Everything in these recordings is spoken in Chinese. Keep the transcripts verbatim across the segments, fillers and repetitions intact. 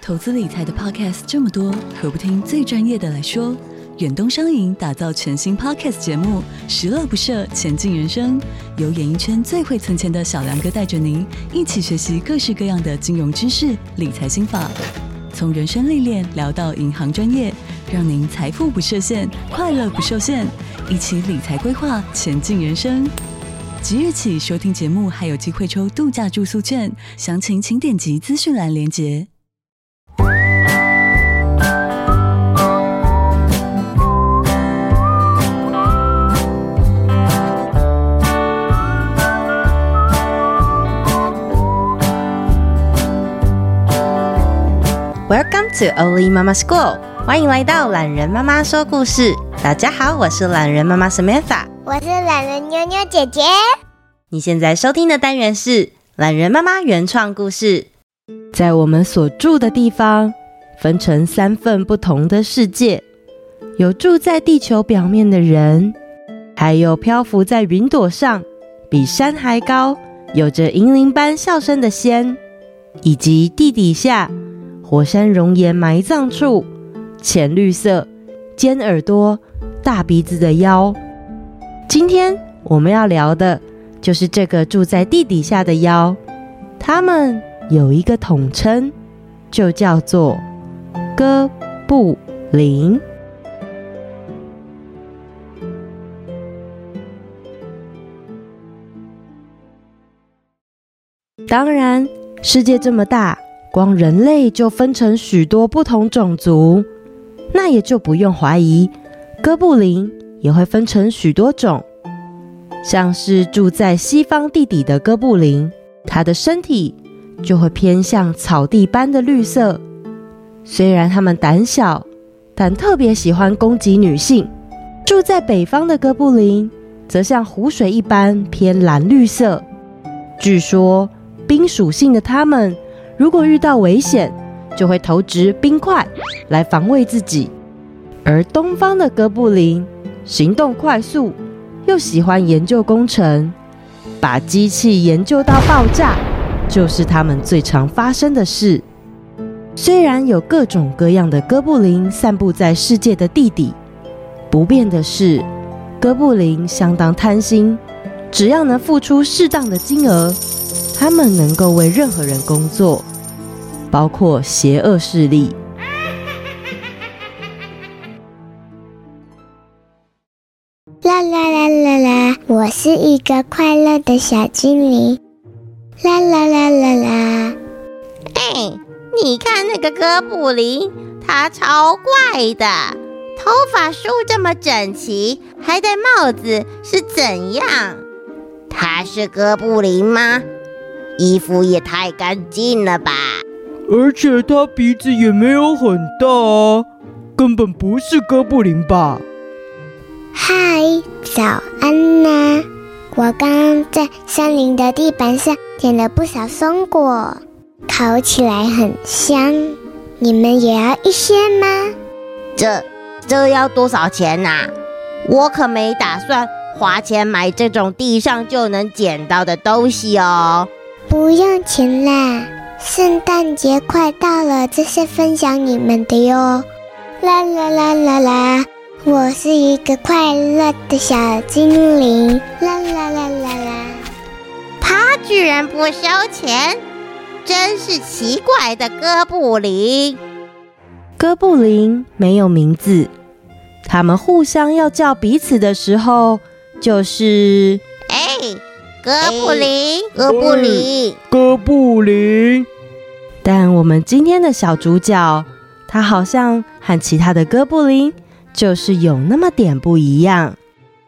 投资理财的 podcast 这么多，何不听最专业的来说？远东商银打造全新 podcast 节目，十乐不设，前进人生，由演艺圈最会存钱的小梁哥带着您一起学习各式各样的金融知识、理财心法，从人生历练聊到银行专业，让您财富不设限，快乐不受限，一起理财规划，前进人生。即日起收听节目还有机会抽度假住宿券，详情请点击资讯栏连结。 Welcome to Oli Mama School， 欢迎来到懒人妈妈说故事。大家好，我是懒人妈妈 Samantha， 我是懒人妞妞姐姐。 你现在收听的单元是懒人妈妈原创故事。在我们所住的地方，分成三份不同的世界，有住在地球表面的人，还有漂浮在云朵上，比山还高，有着银铃般笑声的仙，以及地底下火山熔岩埋葬处，浅绿色、尖耳朵、大鼻子的妖。今天我们要聊的就是这个住在地底下的妖，他们有一个统称，就叫做哥布林。当然，世界这么大，光人类就分成许多不同种族，那也就不用怀疑，哥布林也会分成许多种。像是住在西方地底的哥布林，他的身体就会偏向草地般的绿色。虽然他们胆小，但特别喜欢攻击女性。住在北方的哥布林，则像湖水一般偏蓝绿色。据说冰属性的他们，如果遇到危险，就会投掷冰块来防卫自己。而东方的哥布林行动快速，又喜欢研究工程，把机器研究到爆炸，就是他们最常发生的事。虽然有各种各样的哥布林散布在世界的地底，不变的是，哥布林相当贪心，只要能付出适当的金额，他们能够为任何人工作，包括邪恶势力。 啦啦啦啦啦，我是一个快乐的小精灵。啦啦啦啦啦。 哎，你看那个哥布林，他超怪的，头发梳这么整齐，还戴帽子，是怎样？他是哥布林吗？衣服也太干净了吧！ 而且他鼻子也没有很大啊，根本不是哥布林吧？ 嗨，早安呐！我刚刚在森林的地板上捡了不少松果，烤起来很香。你们也要一些吗？ 这这要多少钱啊？我可没打算花钱买这种地上就能捡到的东西哦。 不用钱啦，圣诞节快到了，这是分享你们的哟。啦啦啦啦啦，我是一个快乐的小精灵。啦啦啦啦啦， 他居然不收钱，真是奇怪的哥布林。 哥布林没有名字，他们互相要叫彼此的时候，就是哎，哥布林，哥布林， 哥布林。 但我们今天的小主角，他好像和其他的哥布林就是有那么点不一样。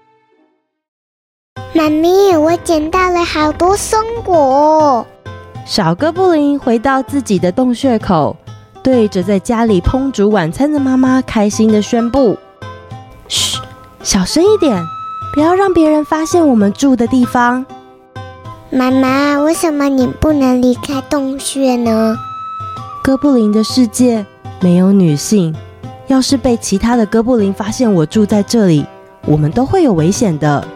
妈咪，我捡到了好多松果。 小哥布林回到自己的洞穴口，对着在家里烹煮晚餐的妈妈开心地宣布：嘘，小声一点，不要让别人发现我们住的地方。 妈妈，为什么你不能离开洞穴呢？ 哥布林的世界没有女性，要是被其他的哥布林发现我住在这里，我们都会有危险的。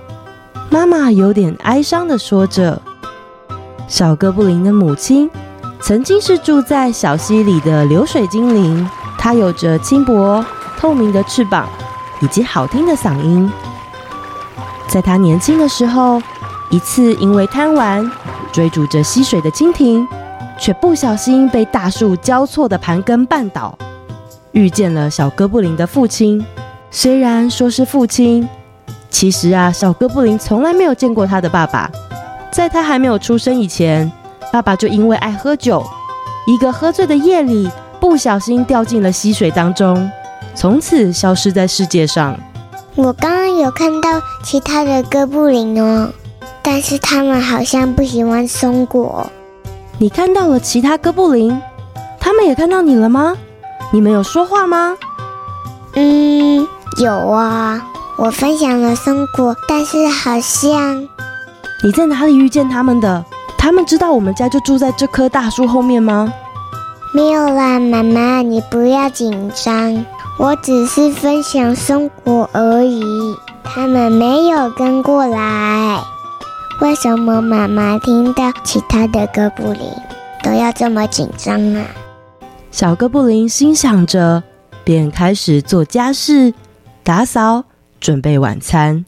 妈妈有点哀伤地说着。小哥布林的母亲曾经是住在小溪里的流水精灵，它有着轻薄透明的翅膀以及好听的嗓音。在它年轻的时候，一次因为贪玩追逐着溪水的蜻蜓，却不小心被大树交错的盘根绊倒，遇见了小哥布林的父亲。虽然说是父亲，其实啊，小哥布林从来没有见过他的爸爸。在他还没有出生以前，爸爸就因为爱喝酒，一个喝醉的夜里，不小心掉进了溪水当中，从此消失在世界上。 我刚刚有看到其他的哥布林哦，但是他们好像不喜欢松果。 你看到了其他哥布林？他们也看到你了吗？你们有说话吗？ 嗯，有啊，我分享了松果，但是好像…… 你在哪里遇见他们的？他们知道我们家就住在这棵大树后面吗？ 没有啦，妈妈，你不要紧张，我只是分享松果而已，他们没有跟过来。为什么妈妈听到其他的哥布林都要这么紧张啊？ 小哥布林心想着，便开始做家事、打扫、准备晚餐。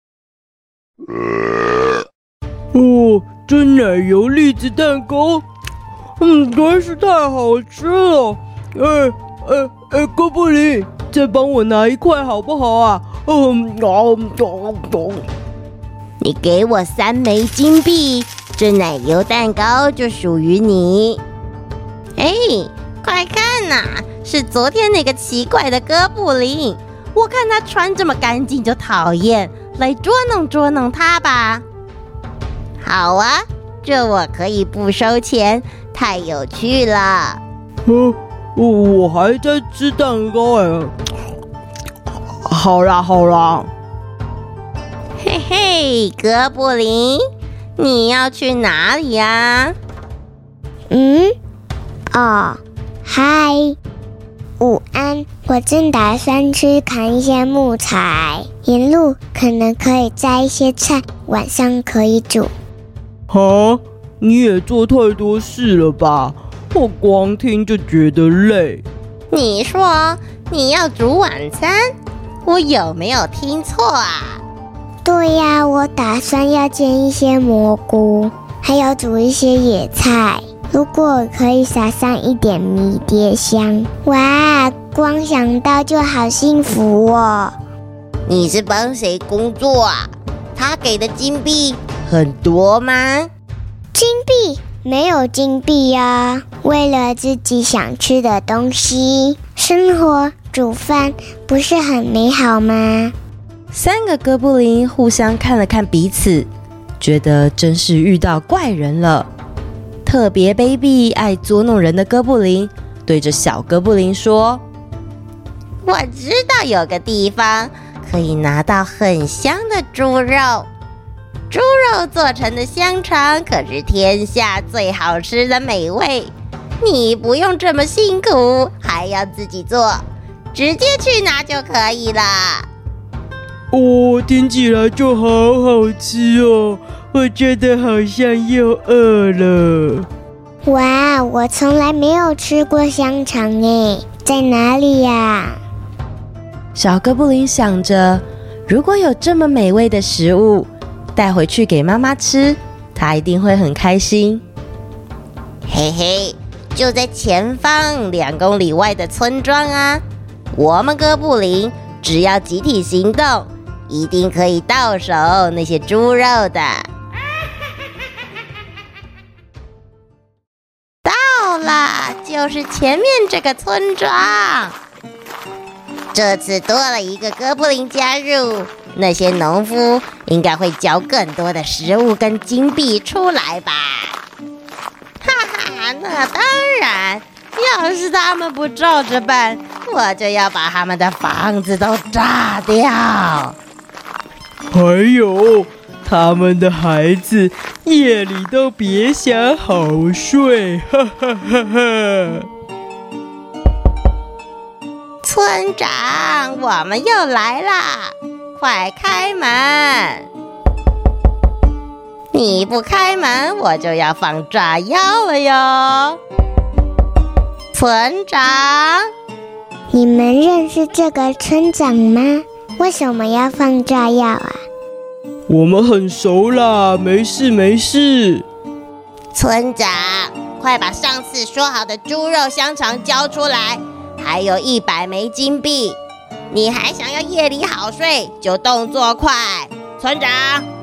哦，真奶油栗子蛋糕，嗯，真是太好吃了。哎哎哎，哥布林，再帮我拿一块好不好啊？嗯，哦哦哦。 你给我三枚金币，这奶油蛋糕就属于你。哎，快看呐、啊，是昨天那个奇怪的哥布林，我看他穿这么干净就讨厌，来捉弄捉弄他吧。好啊，这我可以不收钱，太有趣了。 嗯，我我还在吃蛋糕哎。好啦好啦。 嘿嘿，哥布林，你要去哪里呀？ 嗯，哦，嗨，午安，我正打算去砍一些木材，沿路可能可以摘一些菜，晚上可以煮。 哈，你也做太多事了吧？我光听就觉得累。 你说你要煮晚餐？我有没有听错啊？ 对呀，我打算要煎一些蘑菇，还有煮一些野菜。如果可以撒上一点迷迭香，哇，光想到就好幸福哦。 你是帮谁工作啊？他给的金币很多吗？ 金币？没有金币啊，为了自己想吃的东西，生活煮饭不是很美好吗？ 三个哥布林互相看了看彼此，觉得真是遇到怪人了。特别卑鄙、爱捉弄人的哥布林对着小哥布林说：“ 我知道有个地方可以拿到很香的猪肉，猪肉做成的香肠可是天下最好吃的美味。你不用这么辛苦，还要自己做，直接去拿就可以了。” 哦，听起来就好好吃哦，我觉得好像又饿了。 哇，我从来没有吃过香肠耶，在哪里呀？ 小哥布林想着，如果有这么美味的食物带回去给妈妈吃，她一定会很开心。 嘿嘿，就在前方两公里外的村庄啊，我们哥布林只要集体行动，一定可以到手那些猪肉的。到了，就是前面这个村庄。这次多了一个哥布林加入，那些农夫应该会交更多的食物跟金币出来吧？哈哈，那当然，要是他们不照着办，我就要把他们的房子都炸掉。 还有他们的孩子夜里都别想好睡，哈哈哈哈。 村长，我们又来啦，快开门。 你不开门，我就要放炸药了哟。村长， 你们认识这个村长吗？为什么要放炸药啊？ 我们很熟啦，没事没事。 村长，快把上次说好的猪肉香肠交出来，还有一百枚金币。你还想要夜里好睡，就动作快。村长。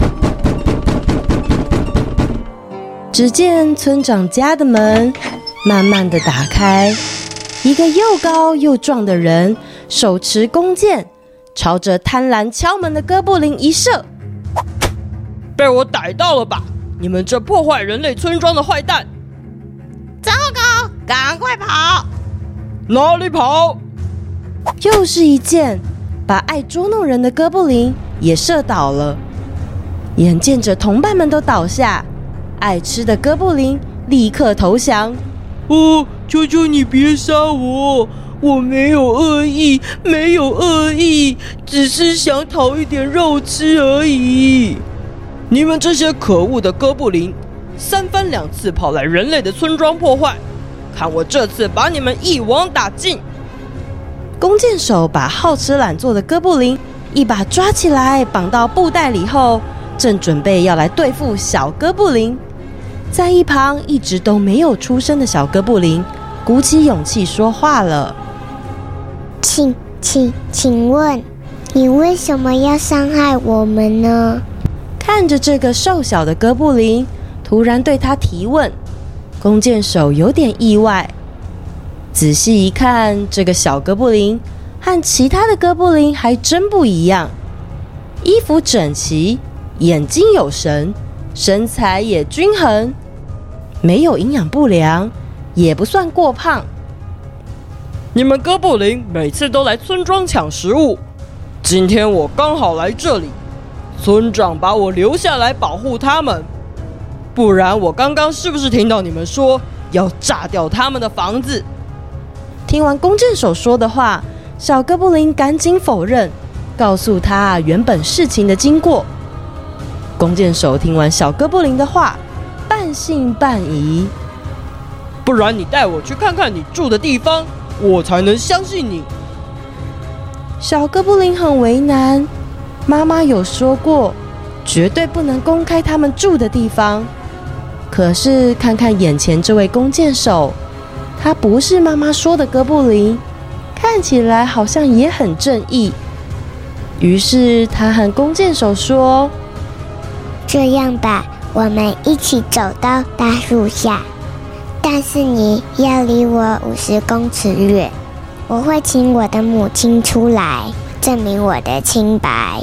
只见村长家的门慢慢的打开，一个又高又壮的人手持弓箭，朝着贪婪敲门的哥布林一射。 被我逮到了吧，你们这破坏人类村庄的坏蛋！ 糟糕，赶快跑！ 哪里跑？ 又是一箭，把爱捉弄人的哥布林也射倒了。眼见着同伴们都倒下，爱吃的哥布林立刻投降。 哦，求求你别杀我，我没有恶意，没有恶意，只是想讨一点肉吃而已。你们这些可恶的哥布林，三番两次跑来人类的村庄破坏，看我这次把你们一网打尽！ 弓箭手把好吃懒做的哥布林一把抓起来，绑到布袋里后，正准备要来对付小哥布林。在一旁一直都没有出声的小哥布林鼓起勇气说话了： 请请请问，你为什么要伤害我们呢？ 看着这个瘦小的哥布林突然对他提问，弓箭手有点意外。仔细一看，这个小哥布林和其他的哥布林还真不一样，衣服整齐，眼睛有神，身材也均衡，没有营养不良，也不算过胖。 你们哥布林每次都来村庄抢食物，今天我刚好来这里，村长把我留下来保护他们，不然我刚刚是不是听到你们说要炸掉他们的房子？ 听完弓箭手说的话，小哥布林赶紧否认，告诉他原本事情的经过。弓箭手听完小哥布林的话，半信半疑。 不然你带我去看看你住的地方，我才能相信你。 小哥布林很为难，妈妈有说过，绝对不能公开他们住的地方。可是看看眼前这位弓箭手，他不是妈妈说的哥布林，看起来好像也很正义。于是他和弓箭手说： 这样吧，我们一起走到大树下，但是你要离我五十公尺远，我会请我的母亲出来，证明我的清白。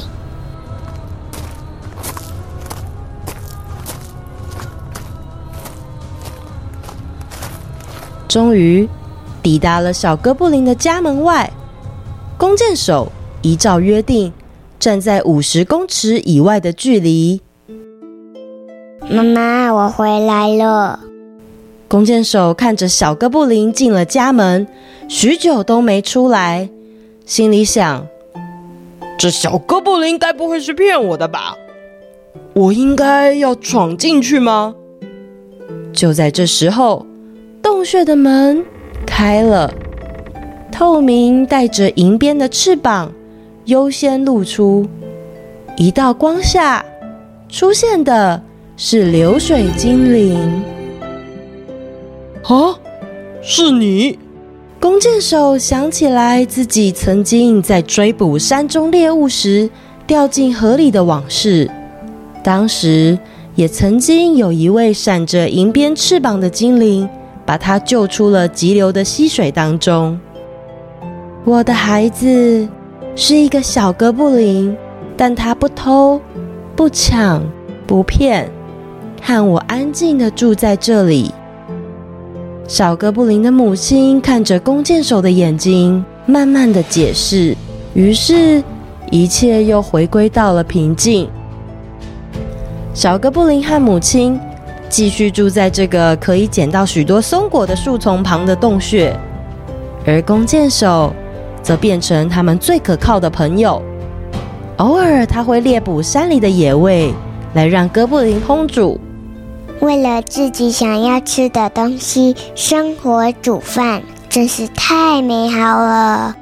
终于抵达了小哥布林的家门外，弓箭手依照约定站在五十公尺以外的距离。 妈妈，我回来了。 弓箭手看着小哥布林进了家门，许久都没出来，心里想： 这小哥布林该不会是骗我的吧？我应该要闯进去吗？ 就在这时候，洞穴的门开了，透明带着银边的翅膀优先露出。一道光下出现的是流水精灵。 啊，是你！ 弓箭手想起来自己曾经在追捕山中猎物时掉进河里的往事，当时也曾经有一位闪着银边翅膀的精灵把他救出了急流的溪水当中。我的孩子是一个小哥布林，但他不偷、不抢、不骗，和我安静地住在这里。小哥布林的母亲看着弓箭手的眼睛，慢慢地解释，于是一切又回归到了平静。小哥布林和母亲继续住在这个可以捡到许多松果的树丛旁的洞穴，而弓箭手则变成他们最可靠的朋友。偶尔他会猎捕山里的野味， 来让哥布林烹煮。 为了自己想要吃的东西生活煮饭，真是太美好了。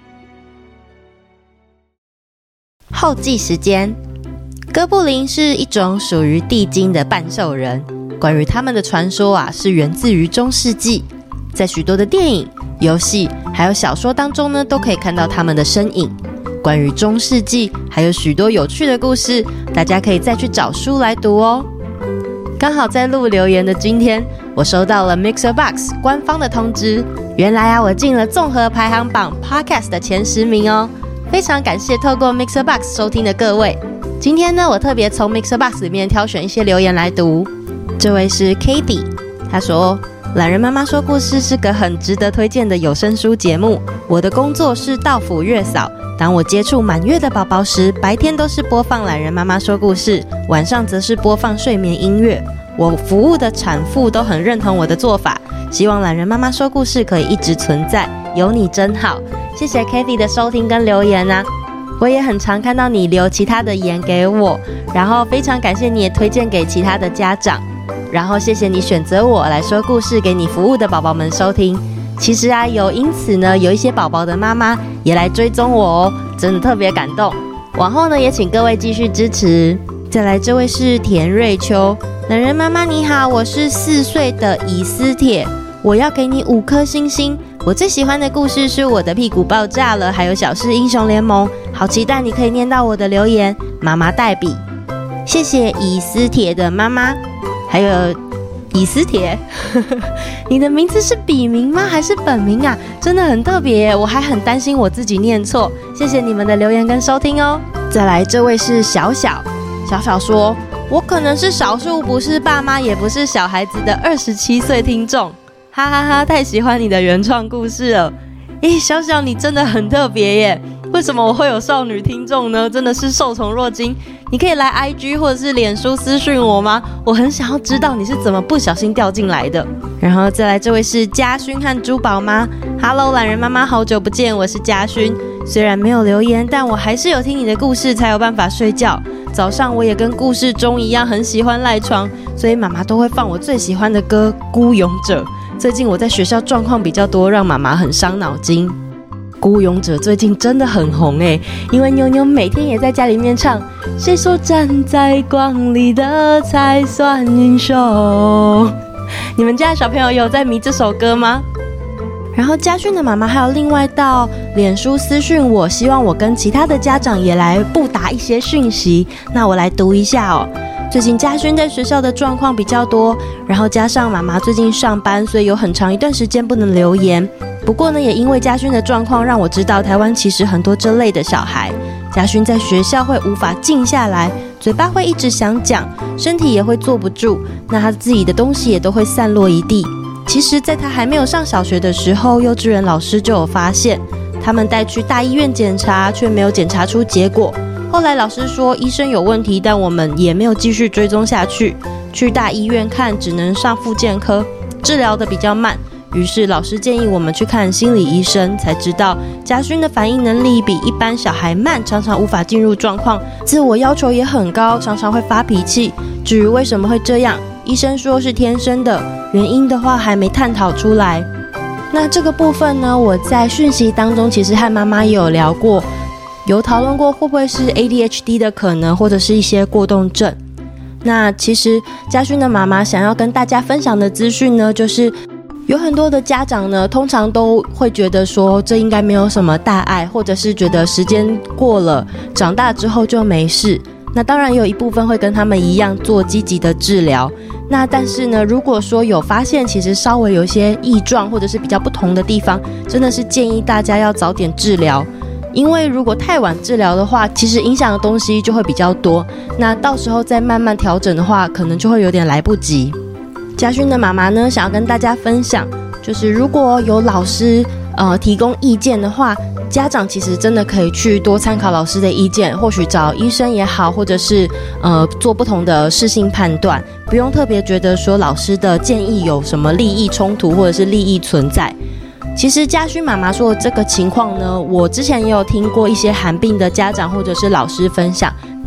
后记时间，哥布林是一种属于地精的半兽人。关于他们的传说啊，是源自于中世纪，在许多的电影、游戏还有小说当中呢，都可以看到他们的身影。关于中世纪还有许多有趣的故事，大家可以再去找书来读哦。刚好在录留言的今天，我收到了 Mixer Box 官方的通知，原来啊，我进了综合排行榜 Podcast 的前十名哦。非常感谢透过 Mixer Box 收听的各位。今天呢，我特别从 Mixer Box 里面挑选一些留言来读。这位是 Katie， 她说懒人妈妈说故事是个很值得推荐的有声书节目。我的工作是到府月嫂，当我接触满月的宝宝时，白天都是播放懒人妈妈说故事，晚上则是播放睡眠音乐。我服务的产妇都很认同我的做法，希望懒人妈妈说故事可以一直存在，有你真好。谢谢 Kathy 的收听跟留言啊，我也很常看到你留其他的言给我，然后非常感谢你也推荐给其他的家长，然后谢谢你选择我来说故事给你服务的宝宝们收听。其实啊，有因此呢，有一些宝宝的妈妈也来追踪我哦，真的特别感动。往后呢，也请各位继续支持。再来，这位是田瑞秋，懒人妈妈你好，我是四岁的以斯帖，我要给你五颗星星。我最喜欢的故事是我的屁股爆炸了，还有小事英雄联盟，好期待你可以念到我的留言。妈妈代笔，谢谢以斯帖的妈妈，还有以斯帖，你的名字是笔名吗？还是本名啊？真的很特别耶，我还很担心我自己念错。谢谢你们的留言跟收听哦。再来，这位是小小，小小说，我可能是少数不是爸妈也不是小孩子的二十七岁听众，哈哈哈，太喜欢你的原创故事了。诶，小小你真的很特别耶，为什么我会有少女听众呢？真的是受宠若惊。你可以来 I G 或者是脸书私讯我吗？我很想要知道你是怎么不小心掉进来的。然后再来，这位是嘉勋和珠宝妈。Hello， 懒人妈妈，好久不见，我是嘉勋。虽然没有留言，但我还是有听你的故事才有办法睡觉。早上我也跟故事中一样很喜欢赖床，所以妈妈都会放我最喜欢的歌《孤勇者》。最近我在学校状况比较多，让妈妈很伤脑筋。孤勇者最近真的很红耶，因为妞妞每天也在家里面唱，谁说站在光里的才算英雄。你们家的小朋友有在迷这首歌吗？然后嘉勋的妈妈还有另外到脸书私讯我，希望我跟其他的家长也来布达一些讯息，那我来读一下哦。最近嘉勋在学校的状况比较多，然后加上妈妈最近上班，所以有很长一段时间不能留言。不过呢，也因为嘉勋的状况，让我知道台湾其实很多这类的小孩。嘉勋在学校会无法静下来，嘴巴会一直想讲，身体也会坐不住，那他自己的东西也都会散落一地。其实在他还没有上小学的时候，幼稚园老师就有发现，他们带去大医院检查，却没有检查出结果。后来老师说医生有问题，但我们也没有继续追踪下去。去大医院看，只能上复健科，治疗的比较慢。于是老师建议我们去看心理医生，才知道嘉勋的反应能力比一般小孩慢，常常无法进入状况，自我要求也很高，常常会发脾气。至于为什么会这样，医生说是天生的，原因的话还没探讨出来。那这个部分呢，我在讯息当中其实和妈妈也有聊过，有讨论过会不会是 A D H D 的可能，或者是一些过动症。那其实嘉勋的妈妈想要跟大家分享的资讯呢，就是有很多的家长呢，通常都会觉得说这应该没有什么大碍，或者是觉得时间过了，长大之后就没事。那当然有一部分会跟他们一样做积极的治疗。那但是呢，如果说有发现其实稍微有一些异状，或者是比较不同的地方，真的是建议大家要早点治疗。因为如果太晚治疗的话，其实影响的东西就会比较多，那到时候再慢慢调整的话，可能就会有点来不及。嘉勋的妈妈呢，想要跟大家分享，就是如果有老师呃提供意见的话，家长其实真的可以去多参考老师的意见，或许找医生也好，或者是呃做不同的适性判断，不用特别觉得说老师的建议有什么利益冲突或者是利益存在。其实嘉勋妈妈说的这个情况呢，我之前也有听过一些罕病的家长或者是老师分享，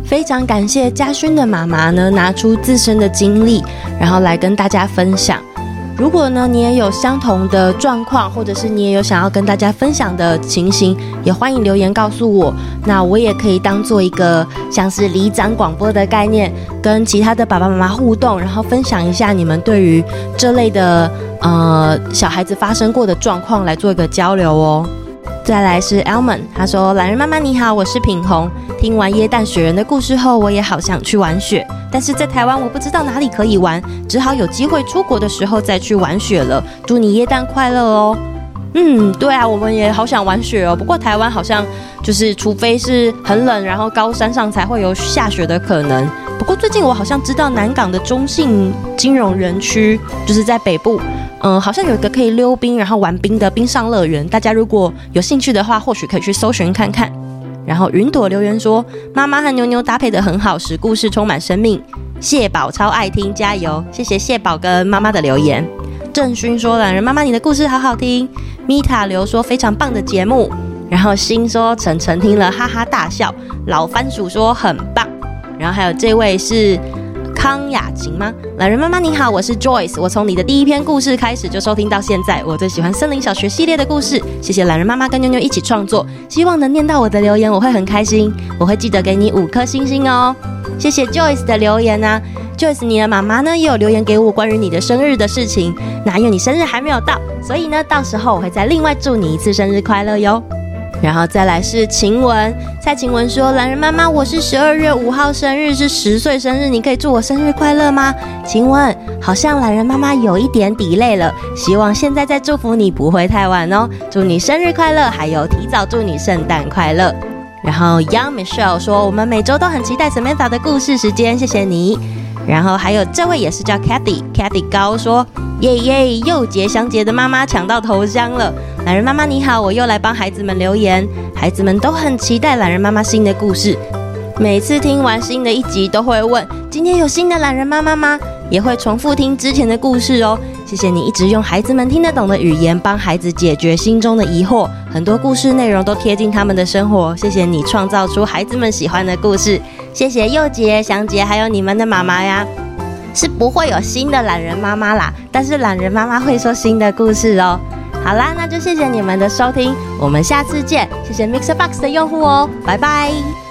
非常感谢嘉勋的妈妈呢，拿出自身的经历，然后来跟大家分享。如果呢你也有相同的状况，或者是你也有想要跟大家分享的情形，也欢迎留言告诉我。那我也可以当做一个像是里长广播的概念，跟其他的爸爸妈妈互动，然后分享一下你们对于这类的呃小孩子发生过的状况来做一个交流哦。再来是 Elman， 他说：懒人妈妈你好，我是品红。听完耶诞雪人的故事后，我也好想去玩雪，但是在台湾我不知道哪里可以玩，只好有机会出国的时候再去玩雪了。祝你耶诞快乐哦。嗯，对啊，我们也好想玩雪哦。不过台湾好像就是除非是很冷，然后高山上才会有下雪的可能。不过最近我好像知道南港的中信金融园区，就是在北部，嗯，好像有一个可以溜冰然后玩冰的冰上乐园。大家如果有兴趣的话，或许可以去搜寻看看。然后云朵留言说：妈妈和牛牛搭配得很好，使故事充满生命。谢宝超爱听，加油！谢谢谢宝跟妈妈的留言。郑勋说：懒人妈妈你的故事好好听。米塔留说：非常棒的节目。然后新说：晨晨听了哈哈大笑。老番薯说：很棒。然后还有这位是康雅琴吗？懒人妈妈你好，我是 Joyce， 我从你的第一篇故事开始就收听到现在，我最喜欢森林小学系列的故事，谢谢懒人妈妈跟妞妞一起创作，希望能念到我的留言，我会很开心，我会记得给你五颗星星哦。谢谢 Joyce 的留言啊 Joyce 你的妈妈呢也有留言给我关于你的生日的事情，那因为你生日还没有到，所以呢到时候我会再另外祝你一次生日快乐哟。然后再来是晴雯，蔡晴雯说：懒人妈妈，我是十二月五号生日，是十岁生日，你可以祝我生日快乐吗？晴雯，好像懒人妈妈有一点delay了，希望现在在祝福你不会太晚哦，祝你生日快乐，还有提早祝你圣诞快乐。然后 Young Michelle 说：我们每周都很期待 Samantha 的故事时间，谢谢你。然后还有这位也是叫 Kathy Kathy 高说：耶耶，佑杰祥杰的妈妈抢到头香了。懒人妈妈你好，我又来帮孩子们留言，孩子们都很期待懒人妈妈新的故事，每次听完新的一集都会问今天有新的懒人妈妈吗？也会重复听之前的故事哦。谢谢你一直用孩子们听得懂的语言帮孩子解决心中的疑惑，很多故事内容都贴近他们的生活，谢谢你创造出孩子们喜欢的故事。谢谢佑杰、祥杰还有你们的妈妈呀。是不会有新的懒人妈妈啦，但是懒人妈妈会说新的故事哦。好啦，那就谢谢你们的收听，我们下次见。谢谢 Mixer Box 的用户哦，拜拜。